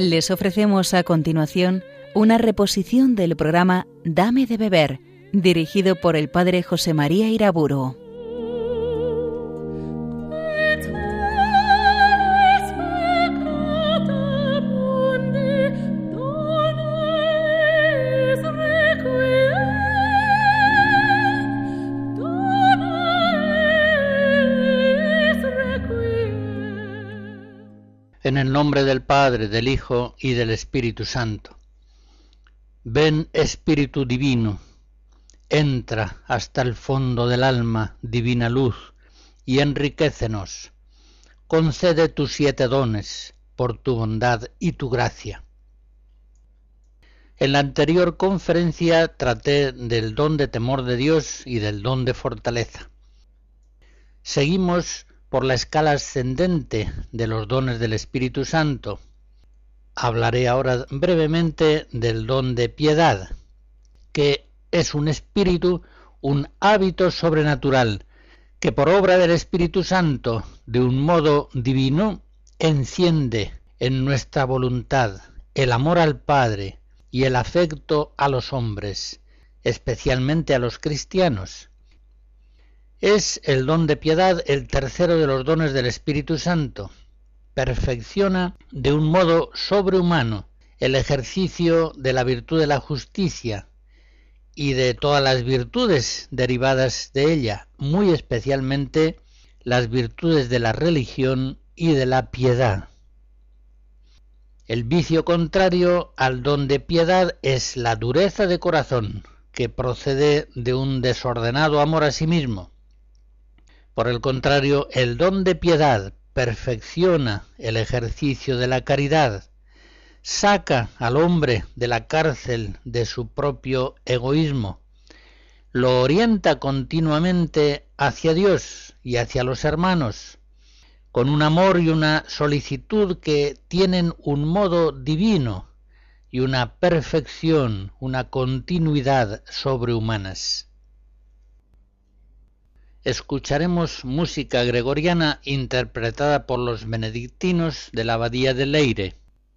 Les ofrecemos a continuación una reposición del programa Dame de beber, dirigido por el Padre José María Iraburu. En el nombre del Padre, del Hijo y del Espíritu Santo. Ven, Espíritu Divino, entra hasta el fondo del alma, divina luz, y enriquécenos. Concede tus 7 dones por tu bondad y tu gracia. En la anterior conferencia traté del don de temor de Dios y del don de fortaleza. Seguimos por la escala ascendente de los dones del Espíritu Santo. Hablaré ahora brevemente del don de piedad, que es un espíritu, un hábito sobrenatural, que por obra del Espíritu Santo, de un modo divino, enciende en nuestra voluntad el amor al Padre y el afecto a los hombres, especialmente a los cristianos. Es el don de piedad el tercero de los dones del Espíritu Santo. Perfecciona de un modo sobrehumano el ejercicio de la virtud de la justicia y de todas las virtudes derivadas de ella, muy especialmente las virtudes de la religión y de la piedad. El vicio contrario al don de piedad es la dureza de corazón, que procede de un desordenado amor a sí mismo. Por el contrario, el don de piedad perfecciona el ejercicio de la caridad, saca al hombre de la cárcel de su propio egoísmo, lo orienta continuamente hacia Dios y hacia los hermanos, con un amor y una solicitud que tienen un modo divino y una perfección, una continuidad sobrehumanas. Escucharemos música gregoriana interpretada por los benedictinos de la Abadía de Leyre.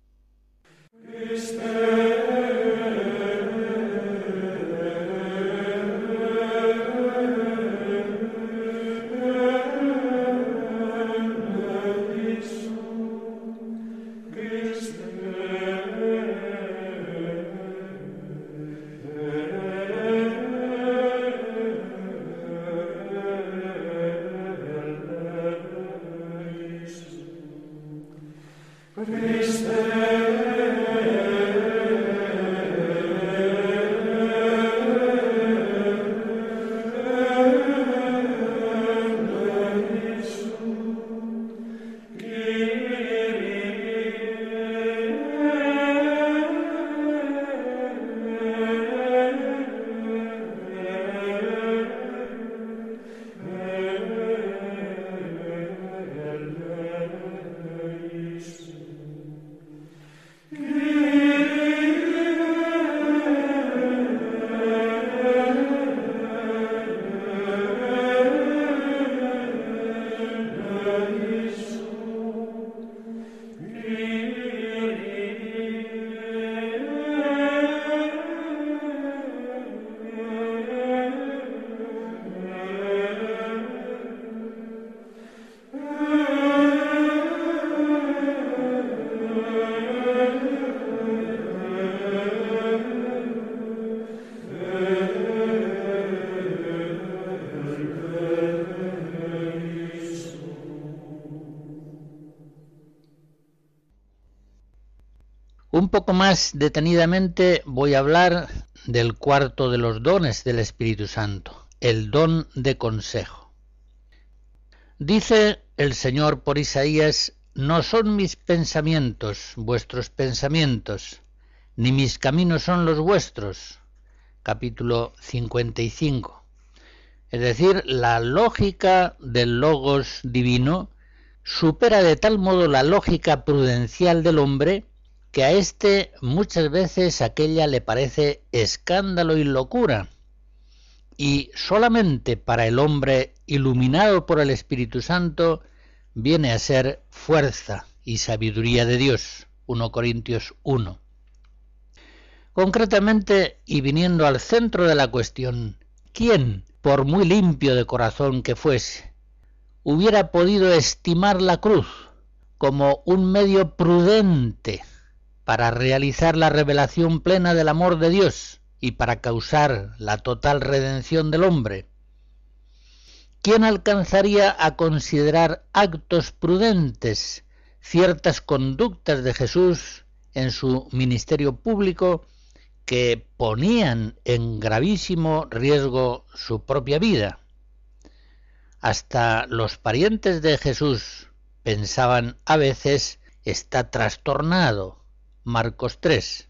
Un poco más detenidamente voy a hablar del cuarto de los dones del Espíritu Santo, el don de consejo. Dice el Señor por Isaías: no son mis pensamientos vuestros pensamientos, ni mis caminos son los vuestros. Capítulo 55. Es decir, la lógica del logos divino supera de tal modo la lógica prudencial del hombre que a éste muchas veces aquella le parece escándalo y locura, y solamente para el hombre iluminado por el Espíritu Santo viene a ser fuerza y sabiduría de Dios. 1 Corintios 1. Concretamente, y viniendo al centro de la cuestión, ¿quién, por muy limpio de corazón que fuese, hubiera podido estimar la cruz como un medio prudente para realizar la revelación plena del amor de Dios y para causar la total redención del hombre? ¿Quién alcanzaría a considerar actos prudentes ciertas conductas de Jesús en su ministerio público que ponían en gravísimo riesgo su propia vida? Hasta los parientes de Jesús pensaban a veces: está trastornado. Marcos 3.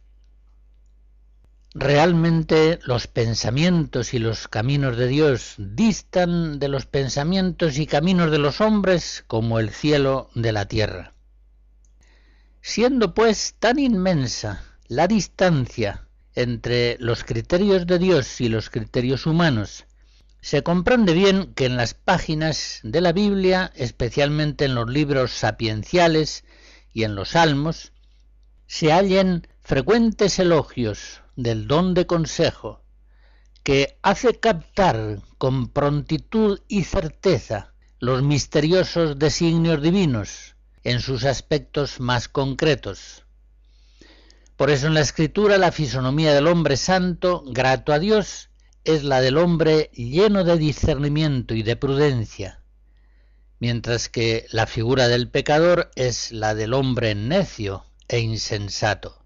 Realmente los pensamientos y los caminos de Dios distan de los pensamientos y caminos de los hombres como el cielo de la tierra. Siendo pues tan inmensa la distancia entre los criterios de Dios y los criterios humanos, se comprende bien que en las páginas de la Biblia, especialmente en los libros sapienciales y en los salmos, se hallen frecuentes elogios del don de consejo, que hace captar con prontitud y certeza los misteriosos designios divinos en sus aspectos más concretos. Por eso en la Escritura la fisonomía del hombre santo, grato a Dios, es la del hombre lleno de discernimiento y de prudencia, mientras que la figura del pecador es la del hombre necio e insensato.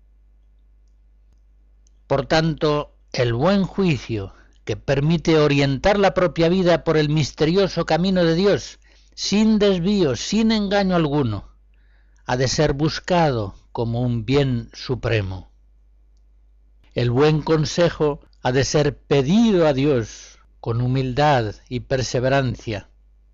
Por tanto, el buen juicio, que permite orientar la propia vida por el misterioso camino de Dios, sin desvío, sin engaño alguno, ha de ser buscado como un bien supremo. El buen consejo ha de ser pedido a Dios con humildad y perseverancia.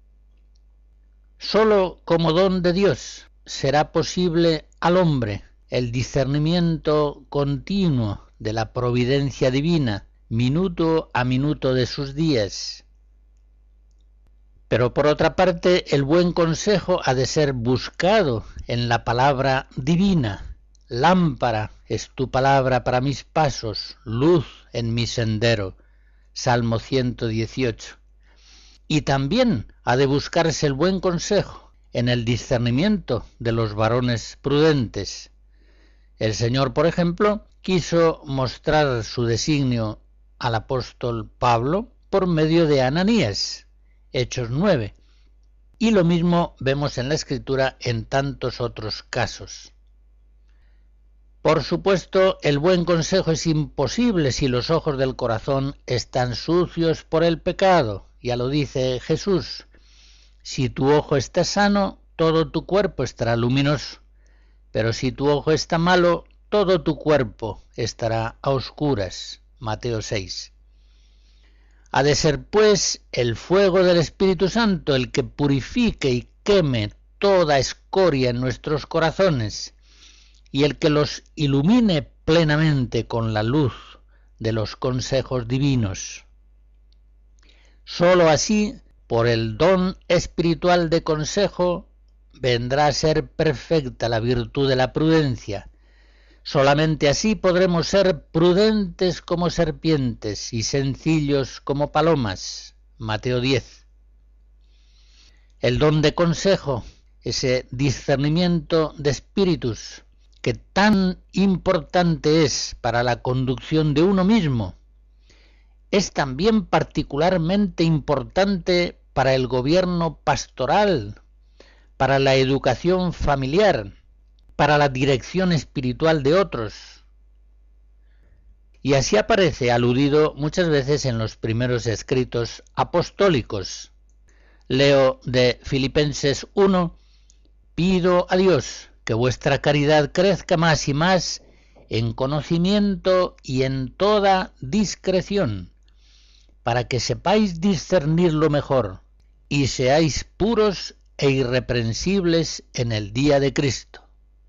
Sólo como don de Dios será posible al hombre el discernimiento continuo de la providencia divina, minuto a minuto de sus días. Pero por otra parte, el buen consejo ha de ser buscado en la palabra divina. Lámpara es tu palabra para mis pasos, luz en mi sendero. Salmo 118. Y también ha de buscarse el buen consejo en el discernimiento de los varones prudentes. El Señor, por ejemplo, quiso mostrar su designio al apóstol Pablo por medio de Ananías, Hechos 9. Y lo mismo vemos en la Escritura en tantos otros casos. Por supuesto, el buen consejo es imposible si los ojos del corazón están sucios por el pecado. Ya lo dice Jesús: si tu ojo está sano, todo tu cuerpo estará luminoso, pero si tu ojo está malo, todo tu cuerpo estará a oscuras. Mateo 6. Ha de ser, pues, el fuego del Espíritu Santo el que purifique y queme toda escoria en nuestros corazones, y el que los ilumine plenamente con la luz de los consejos divinos. Sólo así, por el don espiritual de consejo, vendrá a ser perfecta la virtud de la prudencia. Solamente así podremos ser prudentes como serpientes y sencillos como palomas. Mateo 10. El don de consejo, ese discernimiento de espíritus, que tan importante es para la conducción de uno mismo, es también particularmente importante para el gobierno pastoral, para la educación familiar, para la dirección espiritual de otros. Y así aparece aludido muchas veces en los primeros escritos apostólicos. Leo de Filipenses 1: pido a Dios que vuestra caridad crezca más y más en conocimiento y en toda discreción, para que sepáis discernirlo mejor y seáis puros e irreprensibles en el día de Cristo.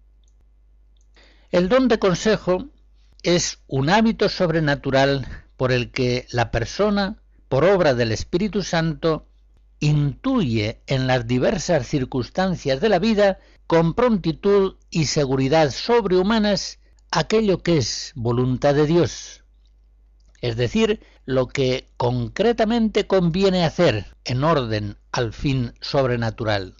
El don de consejo es un hábito sobrenatural por el que la persona, por obra del Espíritu Santo, intuye en las diversas circunstancias de la vida con prontitud y seguridad sobrehumanas aquello que es voluntad de Dios, es decir, lo que concretamente conviene hacer en orden al fin sobrenatural.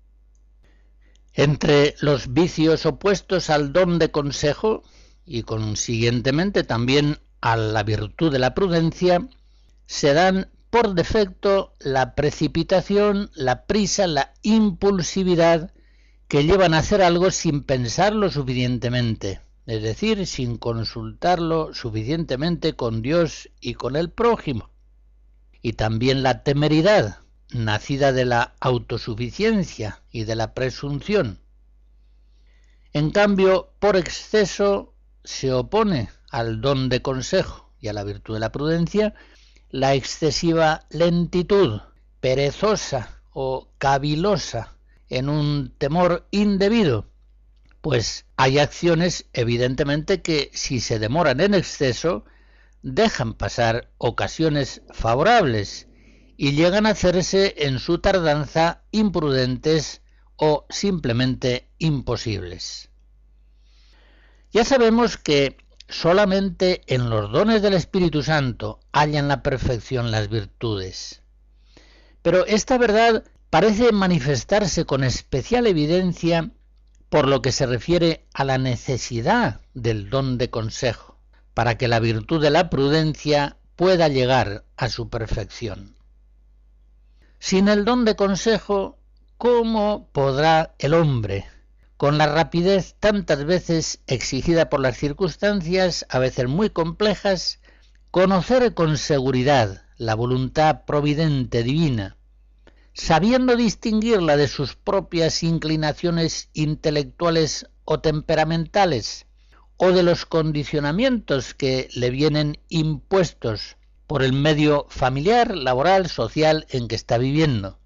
Entre los vicios opuestos al don de consejo, y consiguientemente también a la virtud de la prudencia, se dan por defecto la precipitación, la prisa, la impulsividad que llevan a hacer algo sin pensarlo suficientemente, es decir, sin consultarlo suficientemente con Dios y con el prójimo. Y también la temeridad, nacida de la autosuficiencia y de la presunción. En cambio, por exceso se opone al don de consejo y a la virtud de la prudencia la excesiva lentitud, perezosa o cavilosa, en un temor indebido, pues hay acciones evidentemente que si se demoran en exceso dejan pasar ocasiones favorables y llegan a hacerse en su tardanza imprudentes o simplemente imposibles. Ya sabemos que solamente en los dones del Espíritu Santo hallan la perfección las virtudes. Pero esta verdad parece manifestarse con especial evidencia por lo que se refiere a la necesidad del don de consejo, para que la virtud de la prudencia pueda llegar a su perfección. Sin el don de consejo, ¿cómo podrá el hombre, con la rapidez tantas veces exigida por las circunstancias, a veces muy complejas, conocer con seguridad la voluntad providente divina, sabiendo distinguirla de sus propias inclinaciones intelectuales o temperamentales, o de los condicionamientos que le vienen impuestos por el medio familiar, laboral, social en que está viviendo?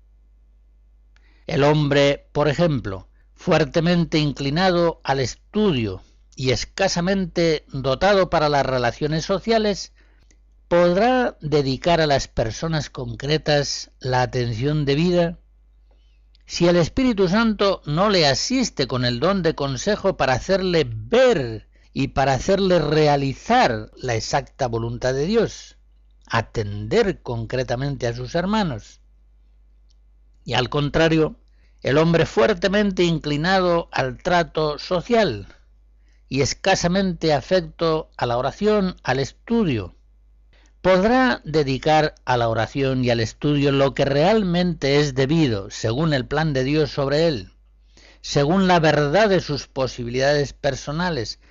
El hombre, por ejemplo, fuertemente inclinado al estudio y escasamente dotado para las relaciones sociales, ¿podrá dedicar a las personas concretas la atención debida? Si el Espíritu Santo no le asiste con el don de consejo para hacerle ver y para hacerle realizar la exacta voluntad de Dios, atender concretamente a sus hermanos. Y al contrario, el hombre fuertemente inclinado al trato social y escasamente afecto a la oración, al estudio, ¿podrá dedicar a la oración y al estudio lo que realmente es debido, según el plan de Dios sobre él, según la verdad de sus posibilidades personales?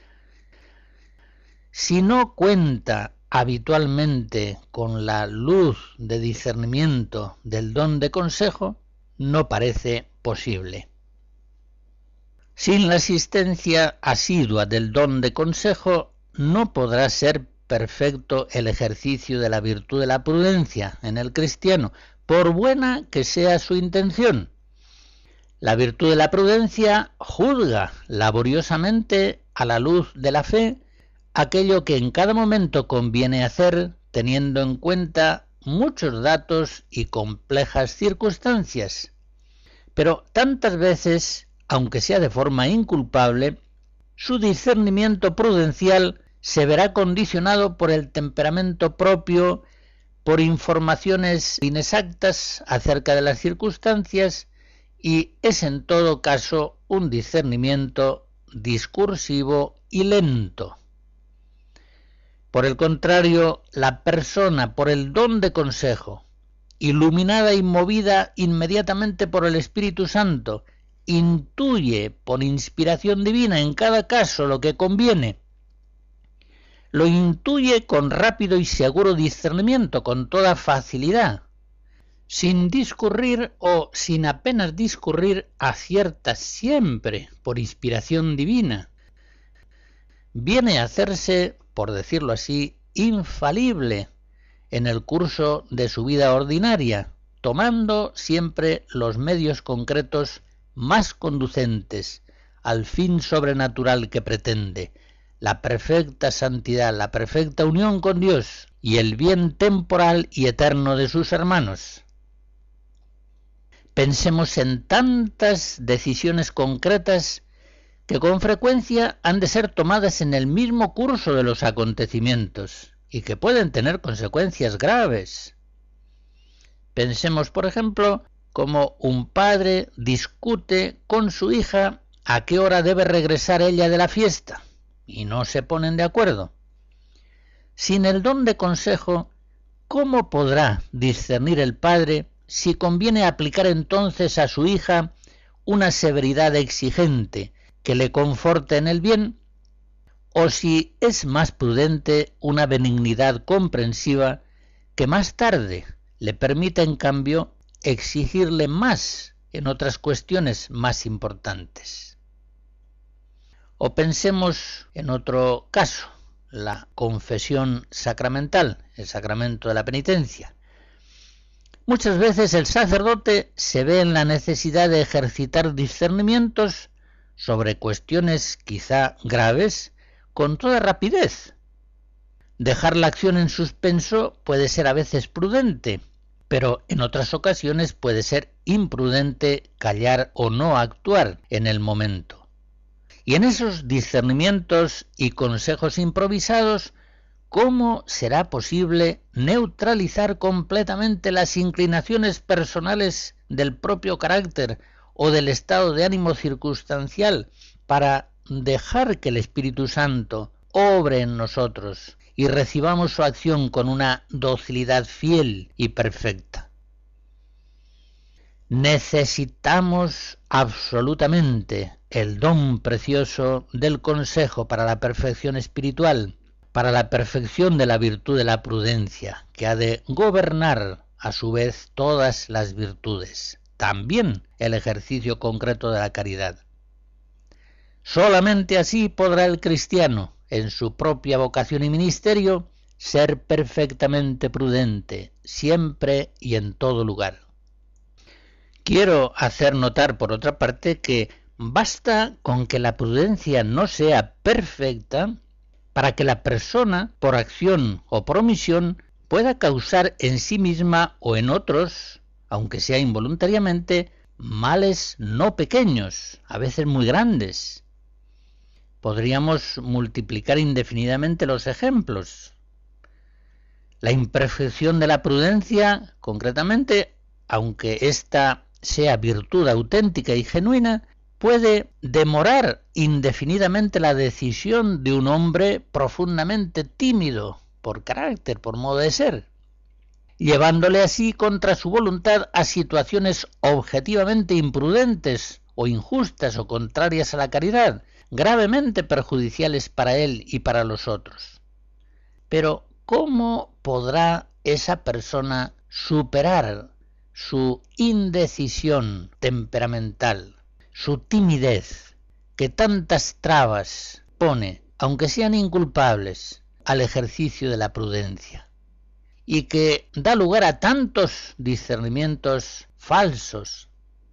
Si no cuenta habitualmente con la luz de discernimiento del don de consejo, no parece posible. Sin la asistencia asidua del don de consejo, no podrá ser perfecto el ejercicio de la virtud de la prudencia en el cristiano, por buena que sea su intención. La virtud de la prudencia juzga laboriosamente a la luz de la fe aquello que en cada momento conviene hacer, teniendo en cuenta muchos datos y complejas circunstancias. Pero tantas veces, aunque sea de forma inculpable, su discernimiento prudencial se verá condicionado por el temperamento propio, por informaciones inexactas acerca de las circunstancias, y es en todo caso un discernimiento discursivo y lento. Por el contrario, la persona, por el don de consejo, iluminada y movida inmediatamente por el Espíritu Santo, intuye por inspiración divina en cada caso lo que conviene. Lo intuye con rápido y seguro discernimiento, con toda facilidad, sin discurrir o sin apenas discurrir, acierta siempre por inspiración divina. Viene a hacerse, por decirlo así, infalible en el curso de su vida ordinaria, tomando siempre los medios concretos más conducentes al fin sobrenatural que pretende, la perfecta santidad, la perfecta unión con Dios y el bien temporal y eterno de sus hermanos. Pensemos en tantas decisiones concretas que con frecuencia han de ser tomadas en el mismo curso de los acontecimientos y que pueden tener consecuencias graves. Pensemos, por ejemplo, cómo un padre discute con su hija a qué hora debe regresar ella de la fiesta y no se ponen de acuerdo. Sin el don de consejo, ¿cómo podrá discernir el padre si conviene aplicar entonces a su hija una severidad exigente que le conforte en el bien, o si es más prudente una benignidad comprensiva que más tarde le permita en cambio exigirle más en otras cuestiones más importantes? O pensemos en otro caso, la confesión sacramental, el sacramento de la penitencia. Muchas veces el sacerdote se ve en la necesidad de ejercitar discernimientos sobre cuestiones quizá graves con toda rapidez. Dejar la acción en suspenso puede ser a veces prudente, pero en otras ocasiones puede ser imprudente callar o no actuar en el momento. Y en esos discernimientos y consejos improvisados, ¿cómo será posible neutralizar completamente las inclinaciones personales del propio carácter o del estado de ánimo circunstancial para dejar que el Espíritu Santo obre en nosotros y recibamos su acción con una docilidad fiel y perfecta? Necesitamos absolutamente el don precioso del consejo para la perfección espiritual, para la perfección de la virtud de la prudencia, que ha de gobernar a su vez todas las virtudes, también el ejercicio concreto de la caridad. Solamente así podrá el cristiano, en su propia vocación y ministerio, ser perfectamente prudente, siempre y en todo lugar. Quiero hacer notar, por otra parte, que basta con que la prudencia no sea perfecta para que la persona, por acción o por omisión, pueda causar en sí misma o en otros, aunque sea involuntariamente, males no pequeños, a veces muy grandes. Podríamos multiplicar indefinidamente los ejemplos. La imperfección de la prudencia, concretamente, aunque ésta sea virtud auténtica y genuina, puede demorar indefinidamente la decisión de un hombre profundamente tímido, por carácter, por modo de ser, llevándole así contra su voluntad a situaciones objetivamente imprudentes o injustas o contrarias a la caridad, gravemente perjudiciales para él y para los otros. Pero, ¿cómo podrá esa persona superar su indecisión temperamental, su timidez, que tantas trabas pone, aunque sean inculpables, al ejercicio de la prudencia, y que da lugar a tantos discernimientos falsos?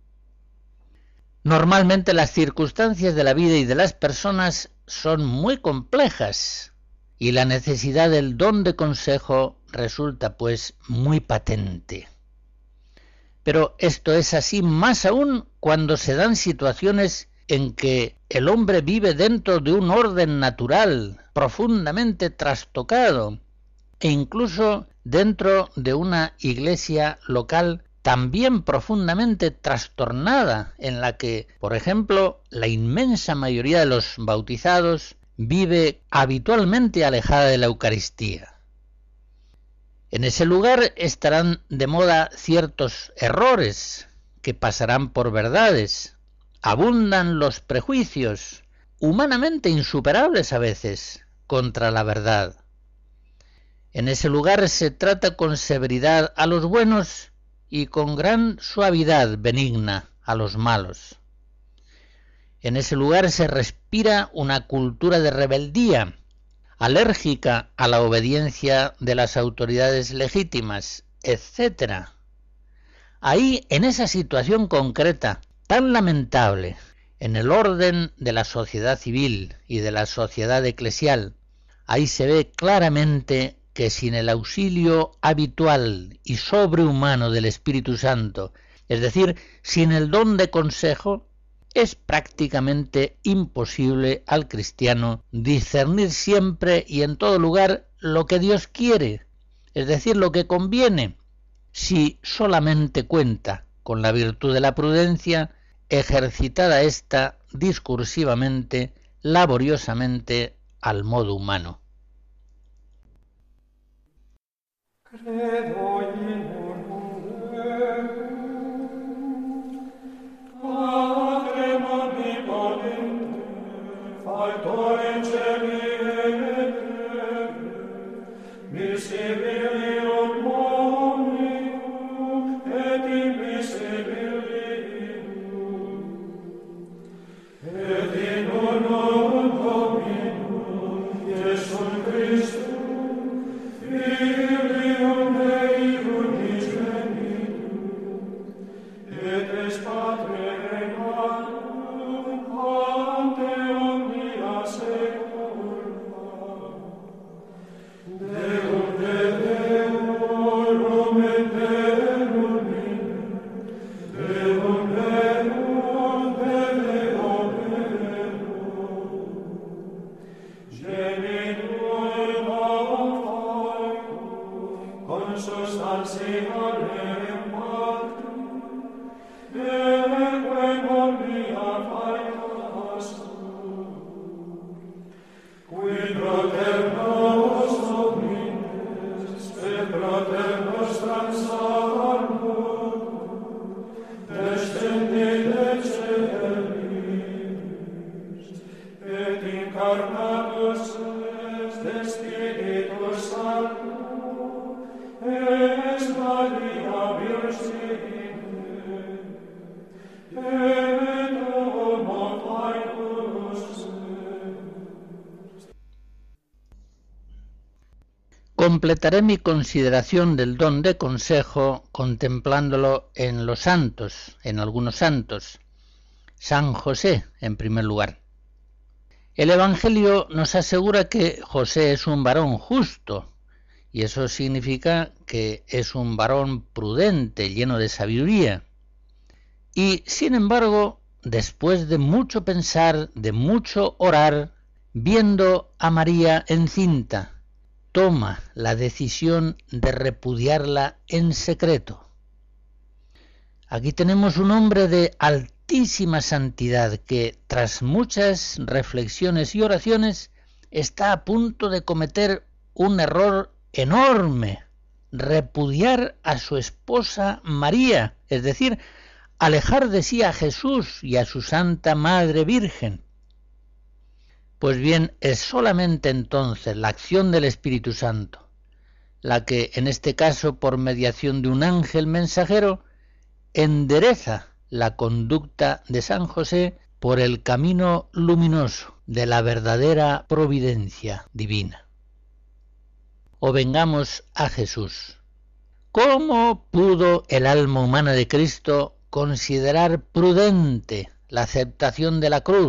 Normalmente las circunstancias de la vida y de las personas son muy complejas, y la necesidad del don de consejo resulta pues muy patente. Pero esto es así más aún cuando se dan situaciones en que el hombre vive dentro de un orden natural profundamente trastocado, e incluso dentro de una iglesia local también profundamente trastornada, en la que, por ejemplo, la inmensa mayoría de los bautizados vive habitualmente alejada de la Eucaristía. En ese lugar estarán de moda ciertos errores que pasarán por verdades. Abundan los prejuicios, humanamente insuperables a veces, contra la verdad. En ese lugar se trata con severidad a los buenos y con gran suavidad benigna a los malos. En ese lugar se respira una cultura de rebeldía, alérgica a la obediencia de las autoridades legítimas, etc. Ahí, en esa situación concreta, tan lamentable, en el orden de la sociedad civil y de la sociedad eclesial, ahí se ve claramente que sin el auxilio habitual y sobrehumano del Espíritu Santo Es decir, sin el don de consejo es prácticamente imposible al cristiano discernir siempre y en todo lugar lo que Dios quiere, es decir, lo que conviene, si solamente cuenta con la virtud de la prudencia, ejercitada ésta discursivamente, laboriosamente, al modo humano. Completaré mi consideración del don de consejo contemplándolo en los santos, en algunos santos. San José, en primer lugar. El Evangelio nos asegura que José es un varón justo, y eso significa que es un varón prudente, lleno de sabiduría. Y, sin embargo, después de mucho pensar, de mucho orar, viendo a María encinta, toma la decisión de repudiarla en secreto. Aquí tenemos un hombre de altísima santidad que, tras muchas reflexiones y oraciones, está a punto de cometer un error enorme, repudiar a su esposa María, es decir, alejar de sí a Jesús y a su Santa Madre Virgen. Pues bien, es solamente entonces la acción del Espíritu Santo, la que, en este caso, por mediación de un ángel mensajero, endereza la conducta de San José por el camino luminoso de la verdadera providencia divina. O vengamos a Jesús. ¿Cómo pudo el alma humana de Cristo considerar prudente la aceptación de la cruz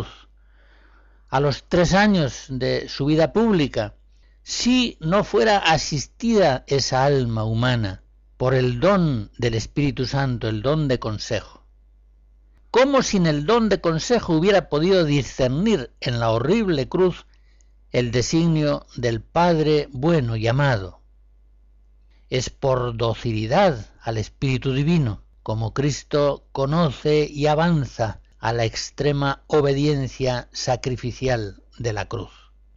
a los 3 años de su vida pública, si no fuera asistida esa alma humana por el don del Espíritu Santo, el don de consejo? ¿Cómo sin el don de consejo hubiera podido discernir en la horrible cruz el designio del Padre bueno y amado? Es por docilidad al Espíritu Divino como Cristo conoce y avanza a la extrema obediencia sacrificial de la cruz.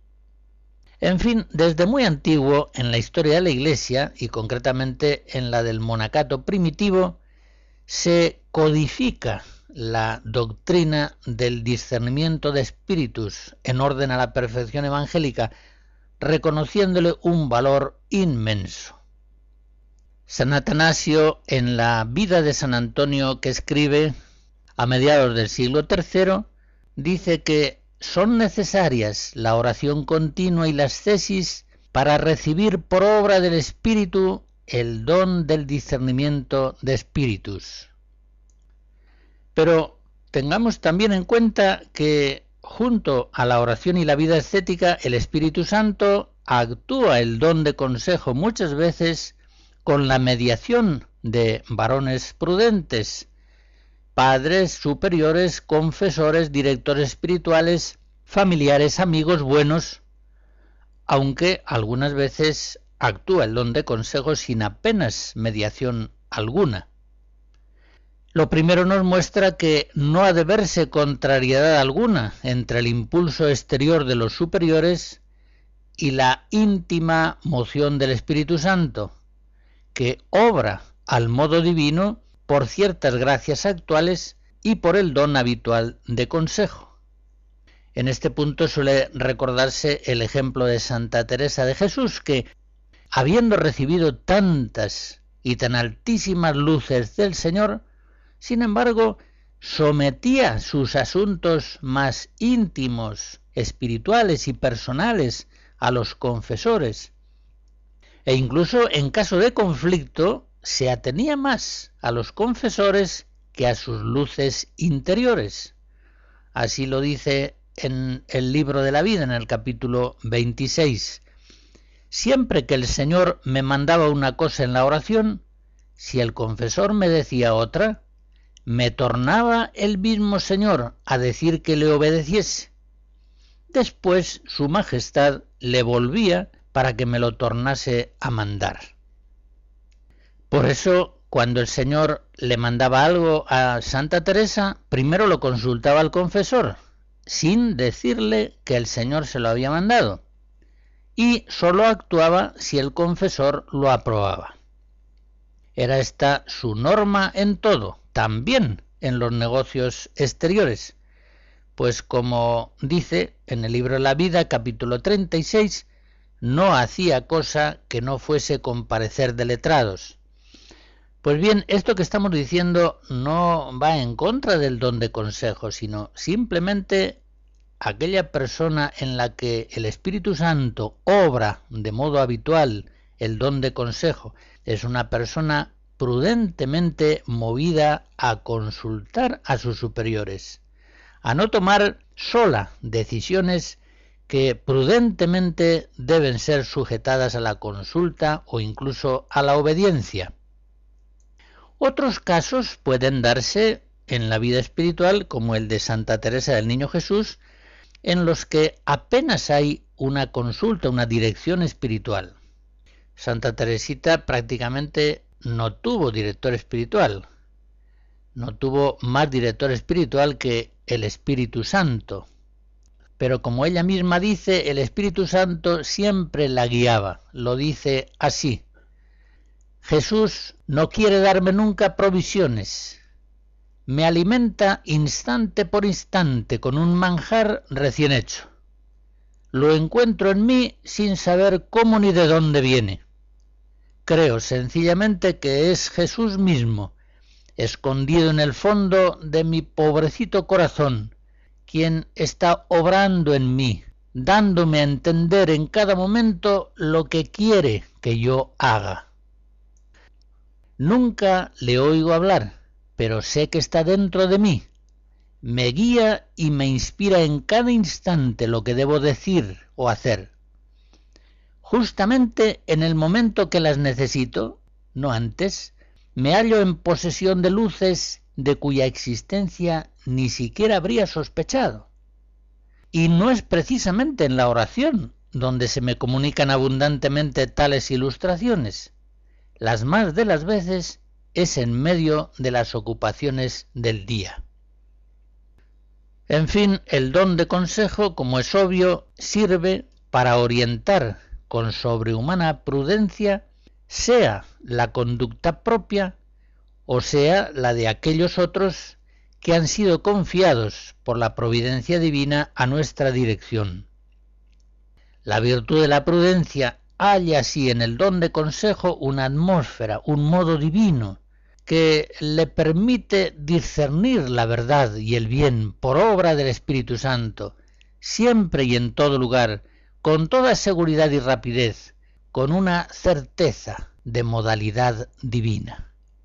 En fin, desde muy antiguo en la historia de la Iglesia, y concretamente en la del monacato primitivo, se codifica la doctrina del discernimiento de espíritus en orden a la perfección evangélica, reconociéndole un valor inmenso. San Atanasio, en la vida de San Antonio que escribe a mediados del siglo III, dice que son necesarias la oración continua y la ascesis para recibir por obra del Espíritu el don del discernimiento de espíritus. Pero tengamos también en cuenta que junto a la oración y la vida ascética, el Espíritu Santo actúa el don de consejo muchas veces con la mediación de varones prudentes, padres, superiores, confesores, directores espirituales, familiares, amigos buenos, aunque algunas veces actúa el don de consejo sin apenas mediación alguna. Lo primero nos muestra que no ha de verse contrariedad alguna entre el impulso exterior de los superiores y la íntima moción del Espíritu Santo, que obra al modo divino por ciertas gracias actuales y por el don habitual de consejo. En este punto suele recordarse el ejemplo de Santa Teresa de Jesús, que, habiendo recibido tantas y tan altísimas luces del Señor, sin embargo, sometía sus asuntos más íntimos, espirituales y personales a los confesores, e incluso en caso de conflicto se atenía más a los confesores que a sus luces interiores. Así lo dice en el libro de la vida, en el capítulo 26. Siempre que el Señor me mandaba una cosa en la oración, si el confesor me decía otra, me tornaba el mismo Señor a decir que le obedeciese. Después su majestad le volvía para que me lo tornase a mandar. Por eso, cuando el Señor le mandaba algo a Santa Teresa, primero lo consultaba al confesor, sin decirle que el Señor se lo había mandado, y sólo actuaba si el confesor lo aprobaba. Era esta su norma en todo, también en los negocios exteriores, pues como dice en el libro de la vida, capítulo 36, no hacía cosa que no fuese con parecer de letrados. Pues bien, esto que estamos diciendo no va en contra del don de consejo, sino simplemente aquella persona en la que el Espíritu Santo obra de modo habitual el don de consejo, es una persona prudentemente movida a consultar a sus superiores, a no tomar sola decisiones que prudentemente deben ser sujetadas a la consulta o incluso a la obediencia. Otros casos pueden darse en la vida espiritual, como el de Santa Teresa del Niño Jesús, en los que apenas hay una consulta, una dirección espiritual. Santa Teresita prácticamente no tuvo director espiritual, no tuvo más director espiritual que el Espíritu Santo. Pero como ella misma dice, el Espíritu Santo siempre la guiaba. Lo dice así: Jesús no quiere darme nunca provisiones. Me alimenta instante por instante con un manjar recién hecho. Lo encuentro en mí sin saber cómo ni de dónde viene. Creo sencillamente que es Jesús mismo, escondido en el fondo de mi pobrecito corazón, quien está obrando en mí, dándome a entender en cada momento lo que quiere que yo haga. Nunca le oigo hablar, pero sé que está dentro de mí. Me guía y me inspira en cada instante lo que debo decir o hacer. Justamente en el momento que las necesito, no antes, me hallo en posesión de luces de cuya existencia ni siquiera habría sospechado. Y no es precisamente en la oración donde se me comunican abundantemente tales ilustraciones. Las más de las veces es en medio de las ocupaciones del día. En fin, el don de consejo, como es obvio, sirve para orientar con sobrehumana prudencia, sea la conducta propia o sea la de aquellos otros que han sido confiados por la providencia divina a nuestra dirección. La virtud de la prudencia halla así en el don de consejo una atmósfera, un modo divino, que le permite discernir la verdad y el bien por obra del Espíritu Santo, siempre y en todo lugar, con toda seguridad y rapidez, con una certeza de modalidad divina.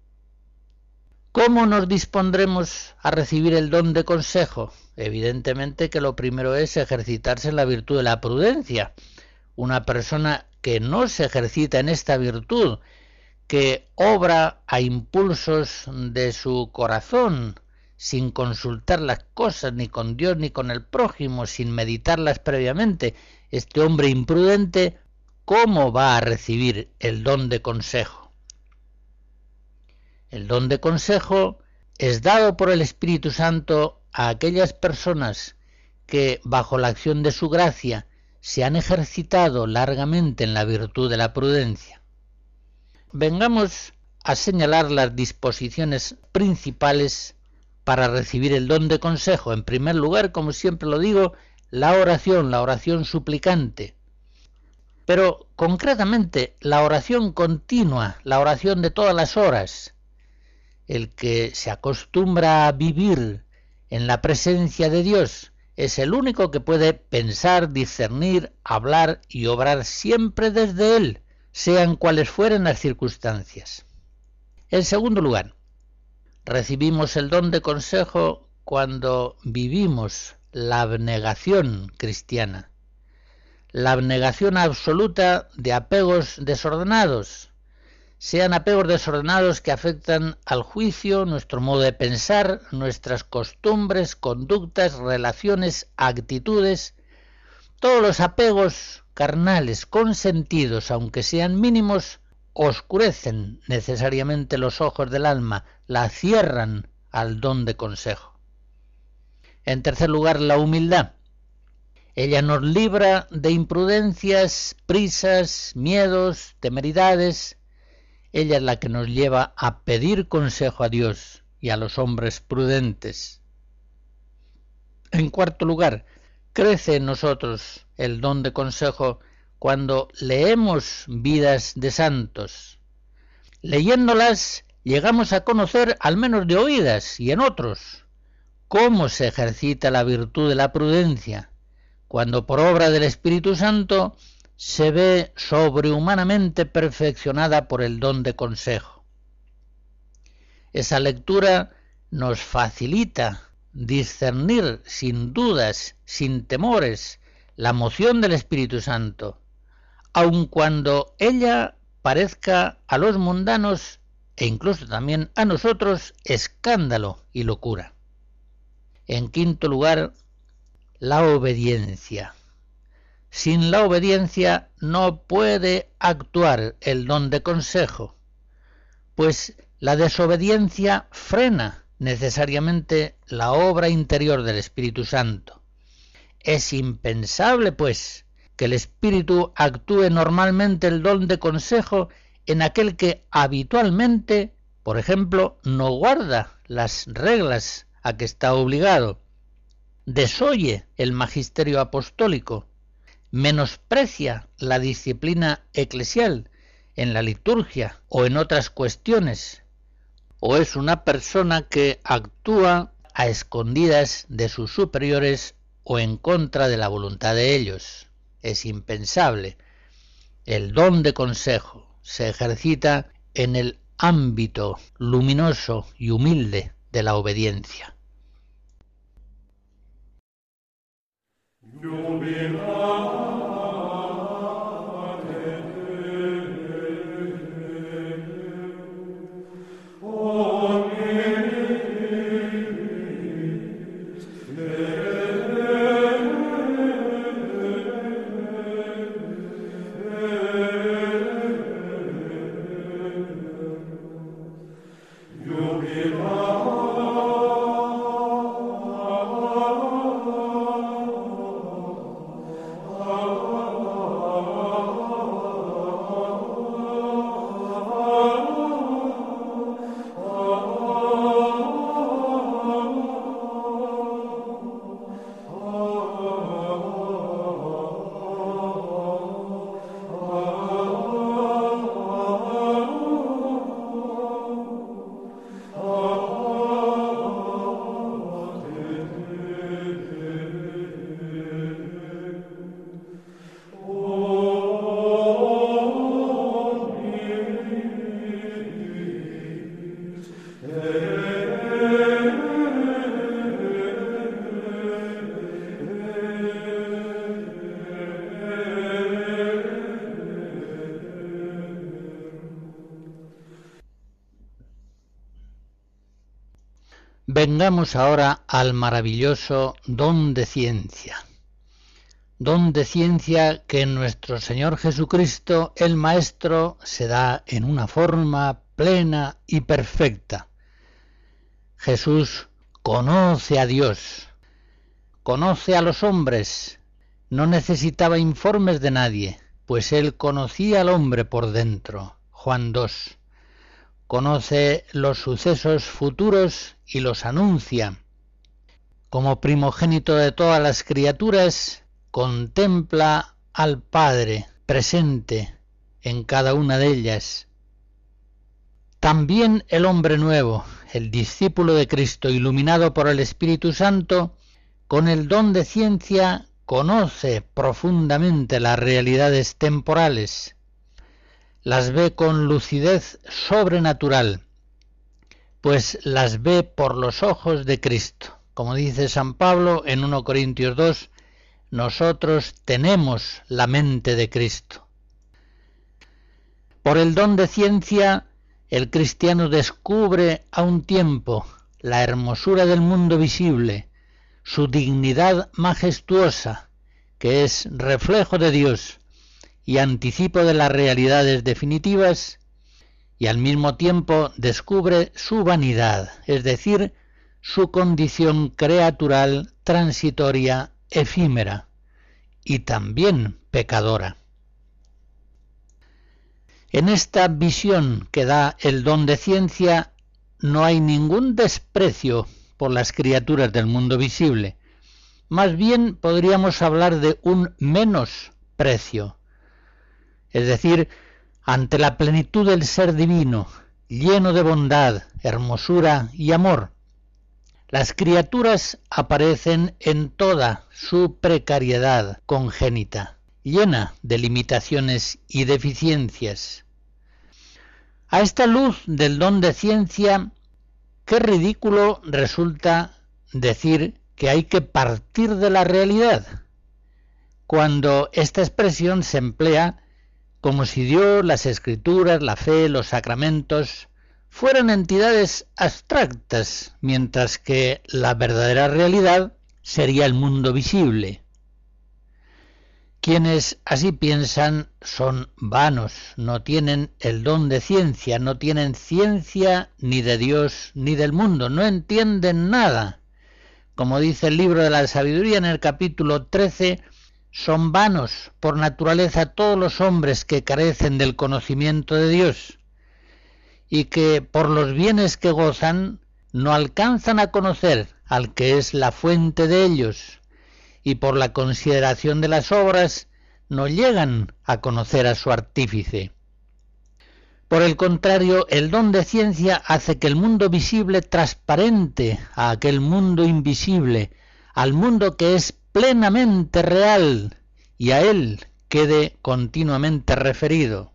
¿Cómo nos dispondremos a recibir el don de consejo? Evidentemente que lo primero es ejercitarse en la virtud de la prudencia. Una persona que no se ejercita en esta virtud, que obra a impulsos de su corazón, sin consultar las cosas ni con Dios ni con el prójimo, sin meditarlas previamente, este hombre imprudente, ¿cómo va a recibir el don de consejo? El don de consejo es dado por el Espíritu Santo a aquellas personas que, bajo la acción de su gracia, se han ejercitado largamente en la virtud de la prudencia. Vengamos a señalar las disposiciones principales para recibir el don de consejo. En primer lugar, como siempre lo digo, la oración suplicante. Pero concretamente, la oración continua, la oración de todas las horas. El que se acostumbra a vivir en la presencia de Dios es el único que puede pensar, discernir, hablar y obrar siempre desde Él, sean cuales fueren las circunstancias. En segundo lugar, recibimos el don de consejo cuando vivimos la abnegación cristiana, la abnegación absoluta de apegos desordenados, sean apegos desordenados que afectan al juicio, nuestro modo de pensar, nuestras costumbres, conductas, relaciones, actitudes. Todos los apegos carnales consentidos, aunque sean mínimos, oscurecen necesariamente los ojos del alma, la cierran al don de consejo. En tercer lugar, la humildad. Ella nos libra de imprudencias, prisas, miedos, temeridades. Ella es la que nos lleva a pedir consejo a Dios y a los hombres prudentes. En cuarto lugar, crece en nosotros el don de consejo cuando leemos vidas de santos. Leyéndolas llegamos a conocer, al menos de oídas y en otros, cómo se ejercita la virtud de la prudencia, cuando por obra del Espíritu Santo se ve sobrehumanamente perfeccionada por el don de consejo. Esa lectura nos facilita discernir sin dudas, sin temores, la moción del Espíritu Santo, aun cuando ella parezca a los mundanos e incluso también a nosotros escándalo y locura. En quinto lugar, la obediencia. Sin la obediencia no puede actuar el don de consejo, pues la desobediencia frena necesariamente la obra interior del Espíritu Santo. Es impensable, pues, que el Espíritu actúe normalmente el don de consejo en aquel que habitualmente, por ejemplo, no guarda las reglas a que está obligado, desoye el magisterio apostólico, menosprecia la disciplina eclesial en la liturgia o en otras cuestiones, o es una persona que actúa a escondidas de sus superiores o en contra de la voluntad de ellos. Es impensable. El don de consejo se ejercita en el ámbito luminoso y humilde de la obediencia. Vengamos ahora al maravilloso don de ciencia. Don de ciencia que en nuestro Señor Jesucristo, el Maestro, se da en una forma plena y perfecta. Jesús conoce a Dios, conoce a los hombres, no necesitaba informes de nadie, pues él conocía al hombre por dentro. Juan 2. Conoce los sucesos futuros y los anuncia. Como primogénito de todas las criaturas, contempla al Padre presente en cada una de ellas. También el hombre nuevo, el discípulo de Cristo, iluminado por el Espíritu Santo, con el don de ciencia, conoce profundamente las realidades temporales, las ve con lucidez sobrenatural, pues las ve por los ojos de Cristo. Como dice San Pablo en 1 Corintios 2, nosotros tenemos la mente de Cristo. Por el don de ciencia, el cristiano descubre a un tiempo la hermosura del mundo visible, su dignidad majestuosa, que es reflejo de Dios y anticipo de las realidades definitivas, y al mismo tiempo descubre su vanidad, es decir, su condición creatural, transitoria, efímera y también pecadora. En esta visión que da el don de ciencia no hay ningún desprecio por las criaturas del mundo visible. Más bien podríamos hablar de un menosprecio. Es decir, ante la plenitud del ser divino, lleno de bondad, hermosura y amor, las criaturas aparecen en toda su precariedad congénita, llena de limitaciones y deficiencias. A esta luz del don de ciencia, qué ridículo resulta decir que hay que partir de la realidad, cuando esta expresión se emplea como si Dios, las Escrituras, la fe, los sacramentos fueran entidades abstractas, mientras que la verdadera realidad sería el mundo visible. Quienes así piensan son vanos, no tienen el don de ciencia, no tienen ciencia ni de Dios ni del mundo, no entienden nada. Como dice el libro de la sabiduría en el capítulo 13, son vanos por naturaleza todos los hombres que carecen del conocimiento de Dios y que por los bienes que gozan no alcanzan a conocer al que es la fuente de ellos, y por la consideración de las obras no llegan a conocer a su artífice. Por el contrario, el don de ciencia hace que el mundo visible transparente a aquel mundo invisible, al mundo que es plenamente real, y a él quede continuamente referido.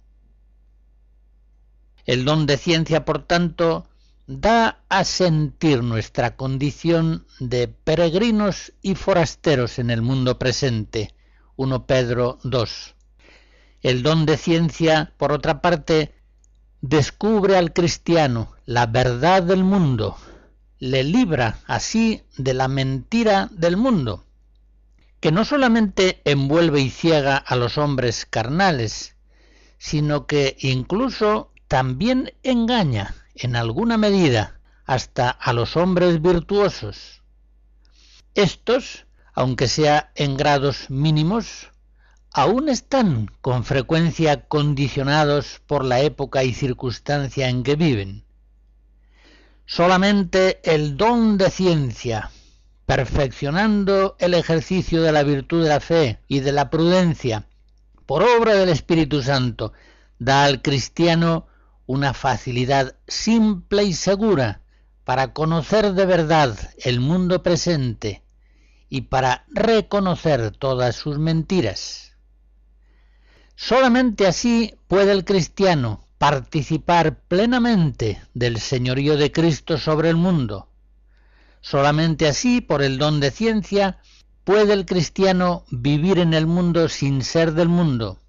El don de ciencia, por tanto, da a sentir nuestra condición de peregrinos y forasteros en el mundo presente. 1 Pedro 2. El don de ciencia, por otra parte, descubre al cristiano la verdad del mundo, le libra así de la mentira del mundo, que no solamente envuelve y ciega a los hombres carnales, sino que incluso también engaña, en alguna medida, hasta a los hombres virtuosos. Estos, aunque sea en grados mínimos, aún están con frecuencia condicionados por la época y circunstancia en que viven. Solamente el don de ciencia, perfeccionando el ejercicio de la virtud de la fe y de la prudencia, por obra del Espíritu Santo, da al cristiano una facilidad simple y segura para conocer de verdad el mundo presente y para reconocer todas sus mentiras. Solamente así puede el cristiano participar plenamente del señorío de Cristo sobre el mundo. Solamente así, por el don de ciencia, puede el cristiano vivir en el mundo sin ser del mundo.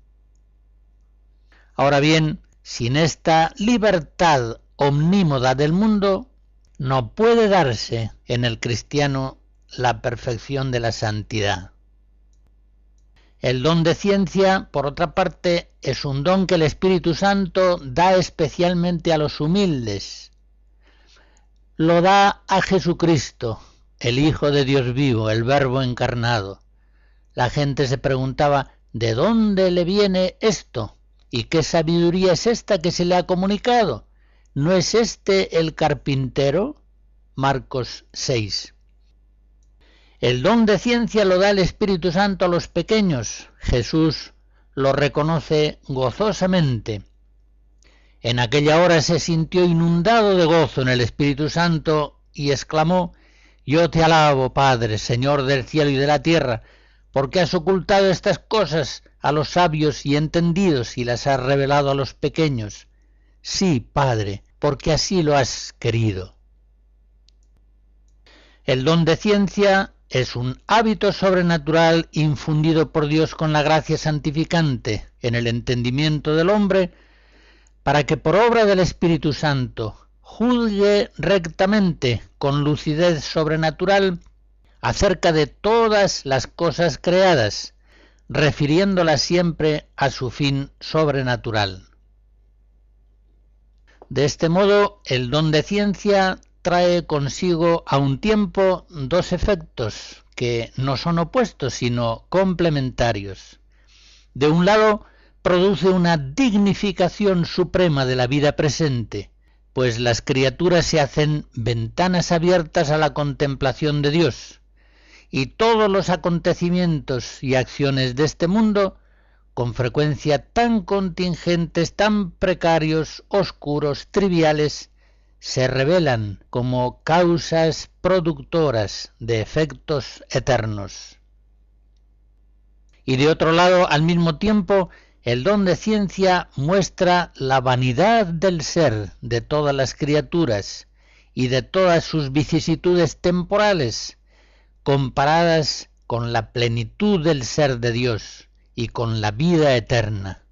Ahora bien, sin esta libertad omnímoda del mundo, no puede darse en el cristiano la perfección de la santidad. El don de ciencia, por otra parte, es un don que el Espíritu Santo da especialmente a los humildes. Lo da a Jesucristo, el Hijo de Dios vivo, el Verbo encarnado. La gente se preguntaba, ¿de dónde le viene esto? ¿Y qué sabiduría es esta que se le ha comunicado? ¿No es este el carpintero? Marcos 6. El don de ciencia lo da el Espíritu Santo a los pequeños. Jesús lo reconoce gozosamente. En aquella hora se sintió inundado de gozo en el Espíritu Santo y exclamó: Yo te alabo, Padre, Señor del cielo y de la tierra, porque has ocultado estas cosas a los sabios y entendidos y las has revelado a los pequeños. Sí, Padre, porque así lo has querido. El don de ciencia es un hábito sobrenatural infundido por Dios con la gracia santificante en el entendimiento del hombre, para que por obra del Espíritu Santo juzgue rectamente, con lucidez sobrenatural, acerca de todas las cosas creadas, refiriéndolas siempre a su fin sobrenatural. De este modo, el don de ciencia trae consigo a un tiempo dos efectos que no son opuestos, sino complementarios. De un lado, produce una dignificación suprema de la vida presente, pues las criaturas se hacen ventanas abiertas a la contemplación de Dios, y todos los acontecimientos y acciones de este mundo, con frecuencia tan contingentes, tan precarios, oscuros, triviales, se revelan como causas productoras de efectos eternos. Y de otro lado, al mismo tiempo, el don de ciencia muestra la vanidad del ser de todas las criaturas y de todas sus vicisitudes temporales, comparadas con la plenitud del ser de Dios y con la vida eterna.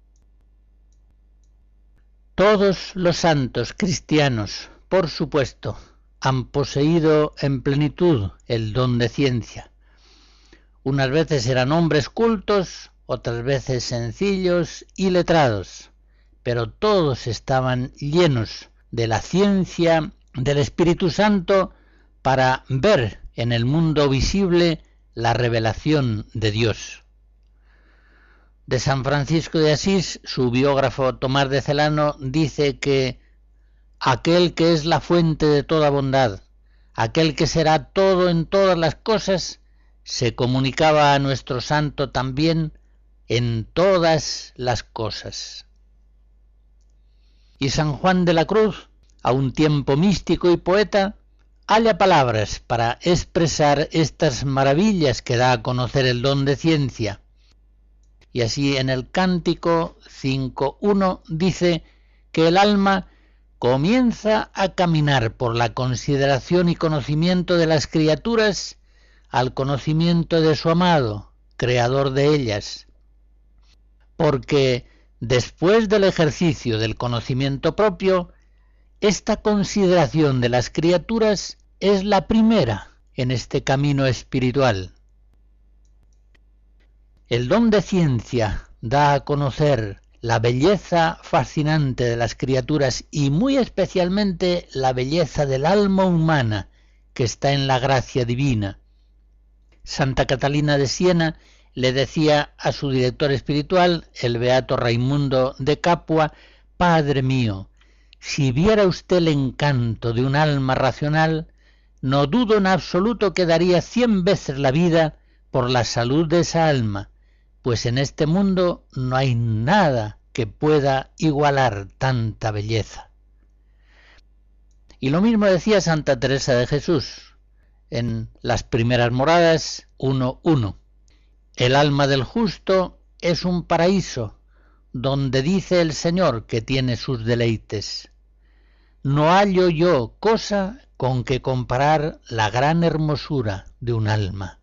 Todos los santos cristianos, por supuesto, han poseído en plenitud el don de ciencia. Unas veces eran hombres cultos, otras veces sencillos y letrados, pero todos estaban llenos de la ciencia del Espíritu Santo para ver en el mundo visible la revelación de Dios. De San Francisco de Asís, su biógrafo Tomás de Celano dice que aquel que es la fuente de toda bondad, aquel que será todo en todas las cosas, se comunicaba a nuestro santo también en todas las cosas. Y San Juan de la Cruz, a un tiempo místico y poeta, halla palabras para expresar estas maravillas que da a conocer el don de ciencia. Y así en el Cántico 5.1 dice que el alma comienza a caminar por la consideración y conocimiento de las criaturas al conocimiento de su amado, creador de ellas, porque después del ejercicio del conocimiento propio, esta consideración de las criaturas es la primera en este camino espiritual. El don de ciencia da a conocer la belleza fascinante de las criaturas y muy especialmente la belleza del alma humana que está en la gracia divina. Santa Catalina de Siena le decía a su director espiritual, el beato Raimundo de Capua: Padre mío, si viera usted el encanto de un alma racional, no dudo en absoluto que daría 100 veces la vida por la salud de esa alma, pues en este mundo no hay nada que pueda igualar tanta belleza. Y lo mismo decía Santa Teresa de Jesús en Las Primeras Moradas 1.1. El alma del justo es un paraíso, donde dice el Señor que tiene sus deleites. No hallo yo cosa con que comparar la gran hermosura de un alma.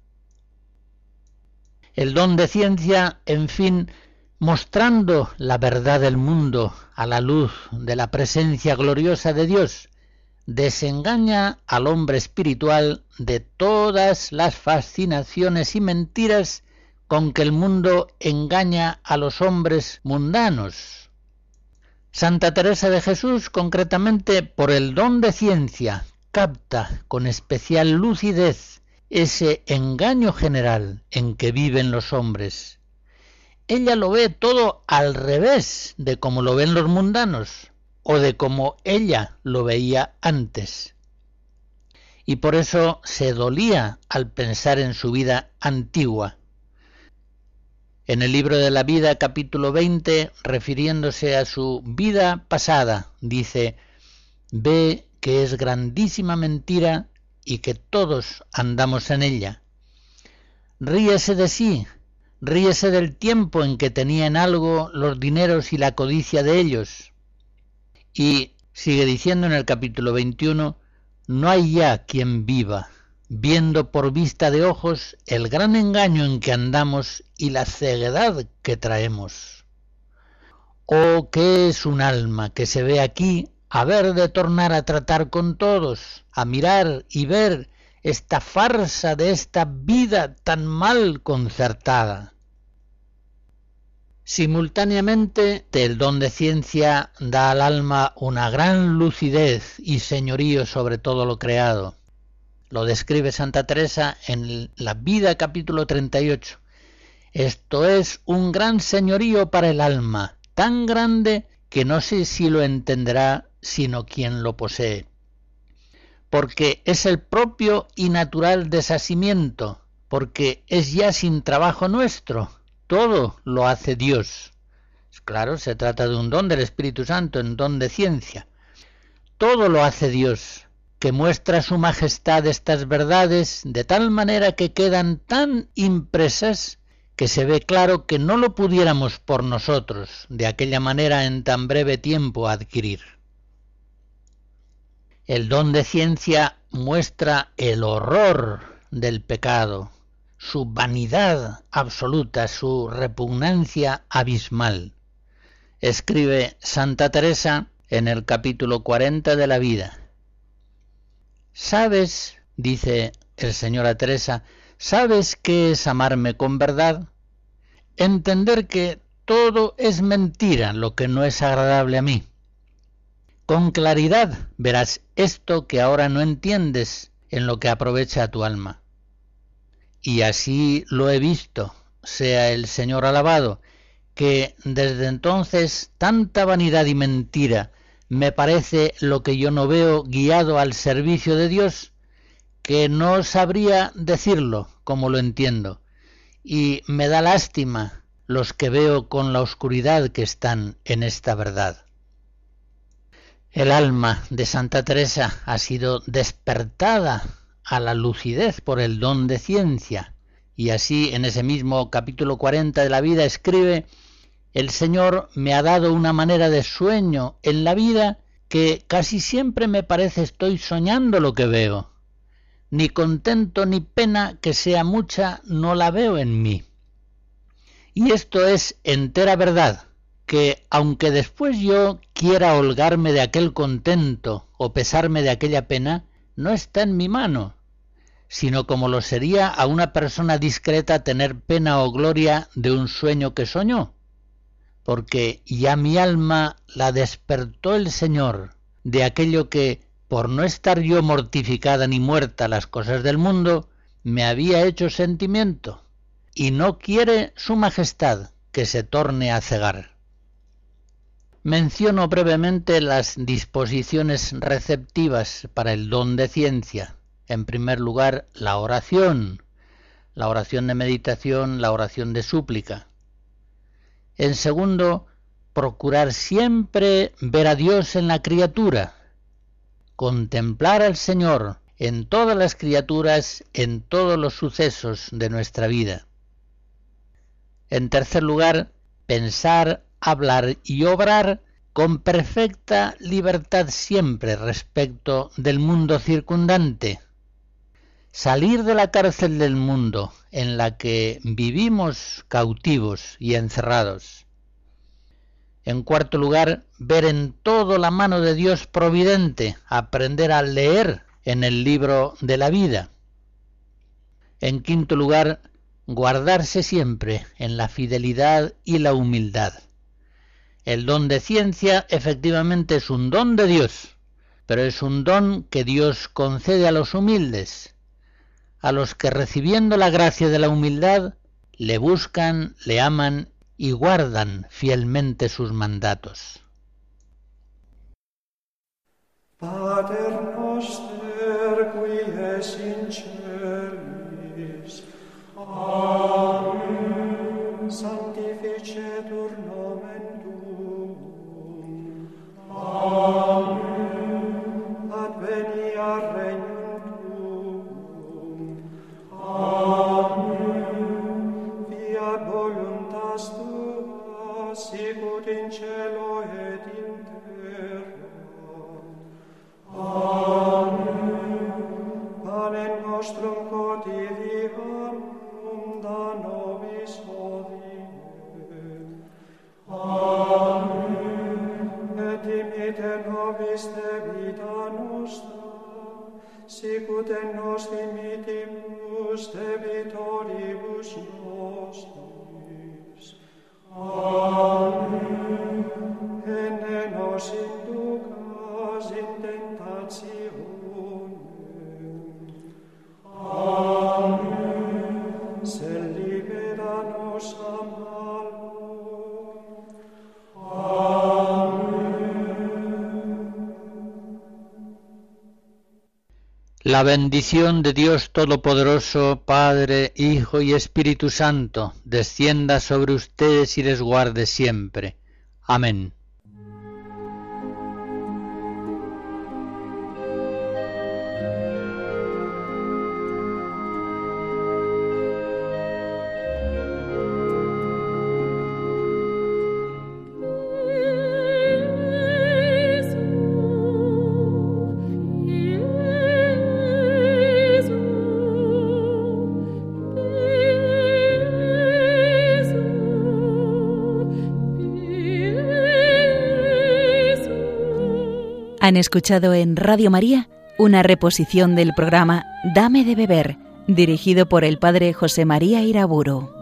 El don de ciencia, en fin, mostrando la verdad del mundo a la luz de la presencia gloriosa de Dios, desengaña al hombre espiritual de todas las fascinaciones y mentiras con que el mundo engaña a los hombres mundanos. Santa Teresa de Jesús, concretamente por el don de ciencia, capta con especial lucidez ese engaño general en que viven los hombres. Ella lo ve todo al revés de como lo ven los mundanos, o de como ella lo veía antes. Y por eso se dolía al pensar en su vida antigua. En el libro de la vida, capítulo 20, refiriéndose a su vida pasada, dice: «Ve que es grandísima mentira y que todos andamos en ella. Ríese de sí, ríese del tiempo en que tenía en algo los dineros y la codicia de ellos». Y sigue diciendo en el capítulo 21, «No hay ya quien viva, viendo por vista de ojos el gran engaño en que andamos y la ceguedad que traemos. Oh, ¿qué es un alma que se ve aquí, haber de tornar a tratar con todos, a mirar y ver esta farsa de esta vida tan mal concertada?» Simultáneamente, el don de ciencia da al alma una gran lucidez y señorío sobre todo lo creado. Lo describe Santa Teresa en la vida, capítulo 38. Esto es un gran señorío para el alma, tan grande que no sé si lo entenderá sino quien lo posee. Porque es el propio y natural desasimiento, porque es ya sin trabajo nuestro. Todo lo hace Dios. Claro, se trata de un don del Espíritu Santo, un don de ciencia. Todo lo hace Dios, que muestra su majestad estas verdades de tal manera que quedan tan impresas que se ve claro que no lo pudiéramos por nosotros de aquella manera en tan breve tiempo adquirir. El don de ciencia muestra el horror del pecado, su vanidad absoluta, su repugnancia abismal. Escribe Santa Teresa en el capítulo 40 de la vida: «¿Sabes?», dice el Señor a Teresa, «¿sabes qué es amarme con verdad? Entender que todo es mentira lo que no es agradable a mí. Con claridad verás esto que ahora no entiendes en lo que aprovecha a tu alma». Y así lo he visto, sea el Señor alabado, que desde entonces tanta vanidad y mentira me parece lo que yo no veo guiado al servicio de Dios, que no sabría decirlo como lo entiendo, y me da lástima los que veo con la oscuridad que están en esta verdad. El alma de Santa Teresa ha sido despertada a la lucidez por el don de ciencia, y así en ese mismo capítulo 40 de la vida escribe: «El Señor me ha dado una manera de sueño en la vida que casi siempre me parece estoy soñando lo que veo. Ni contento ni pena que sea mucha no la veo en mí. Y esto es entera verdad, que aunque después yo quiera holgarme de aquel contento o pesarme de aquella pena, no está en mi mano, sino como lo sería a una persona discreta tener pena o gloria de un sueño que soñó, porque ya mi alma la despertó el Señor de aquello que, por no estar yo mortificada ni muerta a las cosas del mundo, me había hecho sentimiento, y no quiere su majestad que se torne a cegar». Menciono brevemente las disposiciones receptivas para el don de ciencia. En primer lugar, la oración de meditación, la oración de súplica. En segundo, procurar siempre ver a Dios en la criatura, contemplar al Señor en todas las criaturas, en todos los sucesos de nuestra vida. En tercer lugar, pensar, hablar y obrar con perfecta libertad siempre respecto del mundo circundante. Salir de la cárcel del mundo en la que vivimos cautivos y encerrados. En cuarto lugar, ver en todo la mano de Dios providente, aprender a leer en el libro de la vida. En quinto lugar, guardarse siempre en la fidelidad y la humildad. El don de ciencia efectivamente es un don de Dios, pero es un don que Dios concede a los humildes, a los que recibiendo la gracia de la humildad le buscan, le aman y guardan fielmente sus mandatos. Pater noster, qui es in celis, Amen. Sanctificetur nomen tuum, Amen. Adveniat regnum tuum, Amen. Fiat voluntas tua, sicut in cielo et in terra. Amen. Panem nostrum quotidianum da nobis hodie. Amen. Et dimitte nobis debita nostra, sicut et nos dimittimus debitoribus nostris. Amen. Et ne nos inducas in tentationem. Amen. Sed libera nos a malo. Amen. La bendición de Dios Todopoderoso, Padre, Hijo y Espíritu Santo, descienda sobre ustedes y les guarde siempre. Amén. Han escuchado en Radio María una reposición del programa Dame de beber, dirigido por el padre José María Iraburu.